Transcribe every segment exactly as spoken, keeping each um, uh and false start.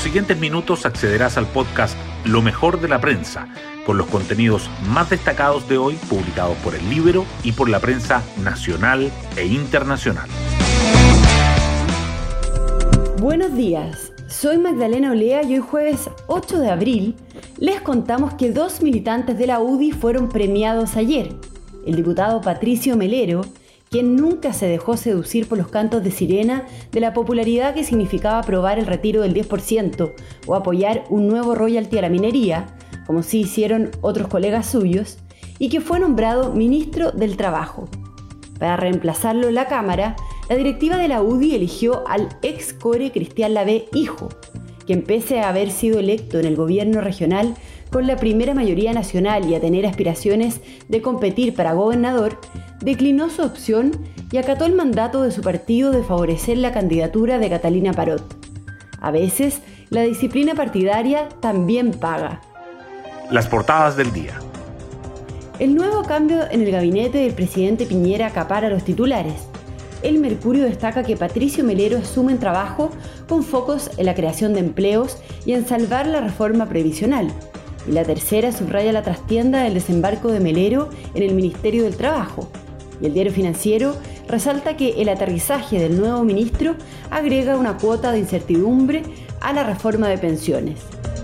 siguientes minutos accederás al podcast Lo mejor de la prensa, con los contenidos más destacados de hoy publicados por El Líbero y por la prensa nacional e internacional. Buenos días, soy Magdalena Olea y hoy jueves ocho de abril les contamos que dos militantes de la U D I fueron premiados ayer. El diputado Patricio Melero, quien nunca se dejó seducir por los cantos de sirena de la popularidad que significaba aprobar el retiro del diez por ciento o apoyar un nuevo royalty a la minería, como sí hicieron otros colegas suyos, y que fue nombrado ministro del Trabajo. Para reemplazarlo en la Cámara, la directiva de la U D I eligió al ex core Cristian Lavé hijo, quien pese a haber sido electo en el gobierno regional con la primera mayoría nacional y a tener aspiraciones de competir para gobernador, declinó su opción y acató el mandato de su partido de favorecer la candidatura de Catalina Parot. A veces, la disciplina partidaria también paga. Las portadas del día. El nuevo cambio en el gabinete del presidente Piñera acapara los titulares. El Mercurio destaca que Patricio Melero asume en trabajo con focos en la creación de empleos y en salvar la reforma previsional. Y la Tercera subraya la trastienda del desembarco de Melero en el Ministerio del Trabajo. Y el Diario Financiero resalta que el aterrizaje del nuevo ministro agrega una cuota de incertidumbre a la reforma de pensiones.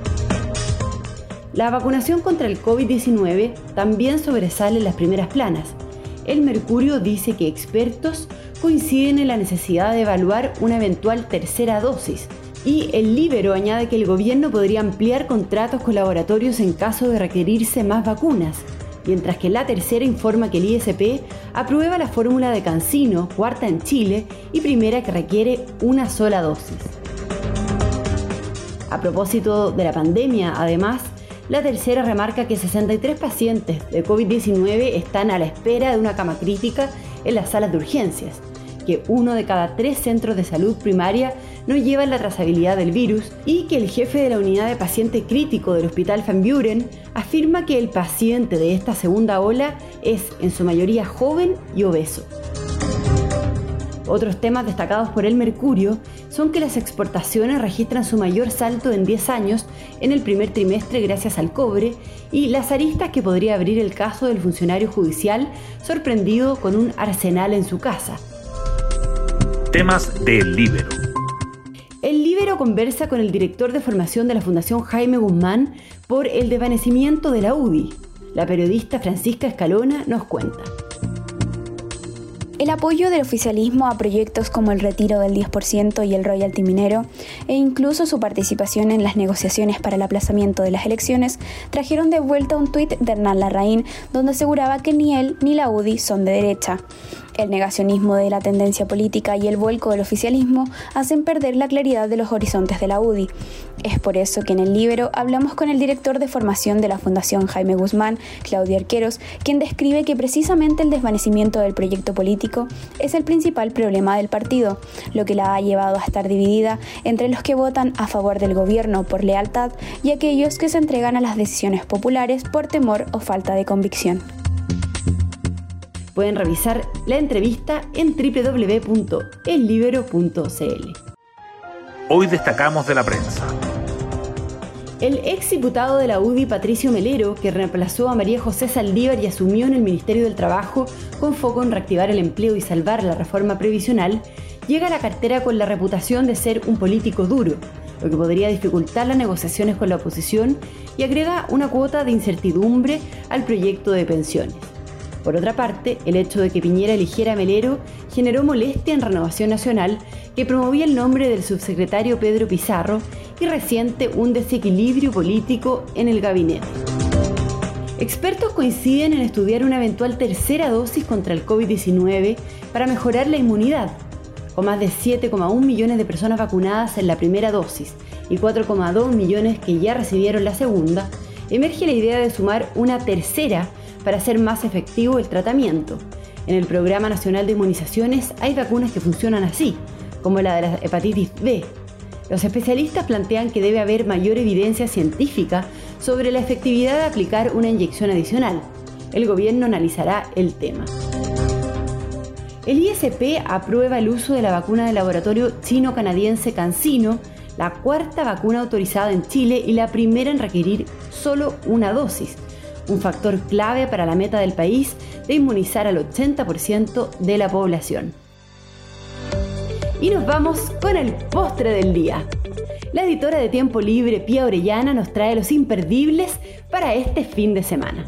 La vacunación contra el covid diecinueve también sobresale en las primeras planas. El Mercurio dice que expertos coinciden en la necesidad de evaluar una eventual tercera dosis. Y El Líbero añade que el gobierno podría ampliar contratos con laboratorios en caso de requerirse más vacunas, mientras que La Tercera informa que el I S P aprueba la fórmula de CanSino, cuarta en Chile y primera que requiere una sola dosis. A propósito de la pandemia, además, La Tercera remarca que sesenta y tres pacientes de covid diecinueve están a la espera de una cama crítica en las salas de urgencias, que uno de cada tres centros de salud primaria no llevan la trazabilidad del virus y que el jefe de la unidad de paciente crítico del Hospital Van Buren afirma que el paciente de esta segunda ola es en su mayoría joven y obeso. Otros temas destacados por El Mercurio son que las exportaciones registran su mayor salto en diez años en el primer trimestre gracias al cobre y las aristas que podría abrir el caso del funcionario judicial sorprendido con un arsenal en su casa. Temas de El Líbero. El Líbero conversa con el director de formación de la Fundación Jaime Guzmán por el desvanecimiento de la U D I. La periodista Francisca Escalona nos cuenta. El apoyo del oficialismo a proyectos como el retiro del diez por ciento y el royalty minero, e incluso su participación en las negociaciones para el aplazamiento de las elecciones, trajeron de vuelta un tuit de Hernán Larraín donde aseguraba que ni él ni la U D I son de derecha. El negacionismo de la tendencia política y el vuelco del oficialismo hacen perder la claridad de los horizontes de la U D I. Es por eso que en El Líbero hablamos con el director de formación de la Fundación Jaime Guzmán, Claudio Arqueros, quien describe que precisamente el desvanecimiento del proyecto político es el principal problema del partido, lo que la ha llevado a estar dividida entre los que votan a favor del gobierno por lealtad y aquellos que se entregan a las decisiones populares por temor o falta de convicción. Pueden revisar la entrevista en doble u doble u doble u punto el libero punto c l. Hoy destacamos de la prensa. El ex diputado de la U D I, Patricio Melero, que reemplazó a María José Saldívar y asumió en el Ministerio del Trabajo con foco en reactivar el empleo y salvar la reforma previsional, llega a la cartera con la reputación de ser un político duro, lo que podría dificultar las negociaciones con la oposición y agrega una cuota de incertidumbre al proyecto de pensiones. Por otra parte, el hecho de que Piñera eligiera a Melero generó molestia en Renovación Nacional, que promovía el nombre del subsecretario Pedro Pizarro, y resiente un desequilibrio político en el gabinete. Expertos coinciden en estudiar una eventual tercera dosis contra el covid diecinueve para mejorar la inmunidad. Con más de siete coma uno millones de personas vacunadas en la primera dosis y cuatro coma dos millones que ya recibieron la segunda, emerge la idea de sumar una tercera para hacer más efectivo el tratamiento. En el Programa Nacional de Inmunizaciones hay vacunas que funcionan así, como la de la hepatitis B. Los especialistas plantean que debe haber mayor evidencia científica sobre la efectividad de aplicar una inyección adicional. El gobierno analizará el tema. El I S P aprueba el uso de la vacuna del laboratorio chino-canadiense CanSino, la cuarta vacuna autorizada en Chile y la primera en requerir solo una dosis, un factor clave para la meta del país de inmunizar al ochenta por ciento de la población. Y nos vamos con el postre del día. La editora de Tiempo Libre, Pía Orellana, nos trae los imperdibles para este fin de semana.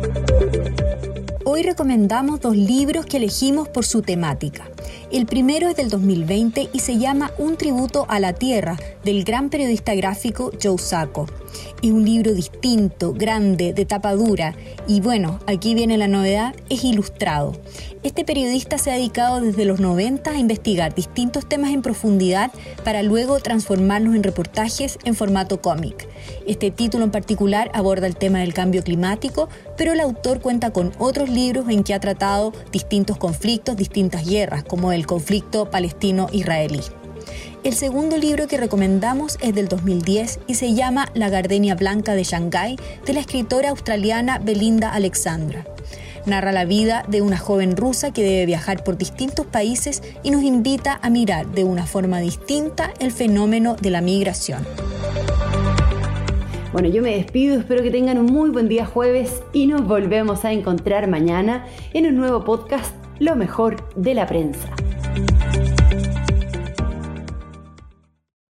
Hoy recomendamos dos libros que elegimos por su temática. El primero es del dos mil veinte y se llama Un tributo a la tierra, del gran periodista gráfico Joe Sacco. Es un libro distinto, grande, de tapa dura y bueno, aquí viene la novedad, es ilustrado. Este periodista se ha dedicado desde los noventa a investigar distintos temas en profundidad para luego transformarlos en reportajes en formato cómic. Este título en particular aborda el tema del cambio climático, pero el autor cuenta con otros libros en que ha tratado distintos conflictos, distintas guerras, como el conflicto palestino-israelí. El segundo libro que recomendamos es del dos mil diez y se llama La gardenia blanca de Shanghái, de la escritora australiana Belinda Alexandra. Narra la vida de una joven rusa que debe viajar por distintos países y nos invita a mirar de una forma distinta el fenómeno de la migración. Bueno, yo me despido, espero que tengan un muy buen día jueves y nos volvemos a encontrar mañana en un nuevo podcast, Lo mejor de la prensa.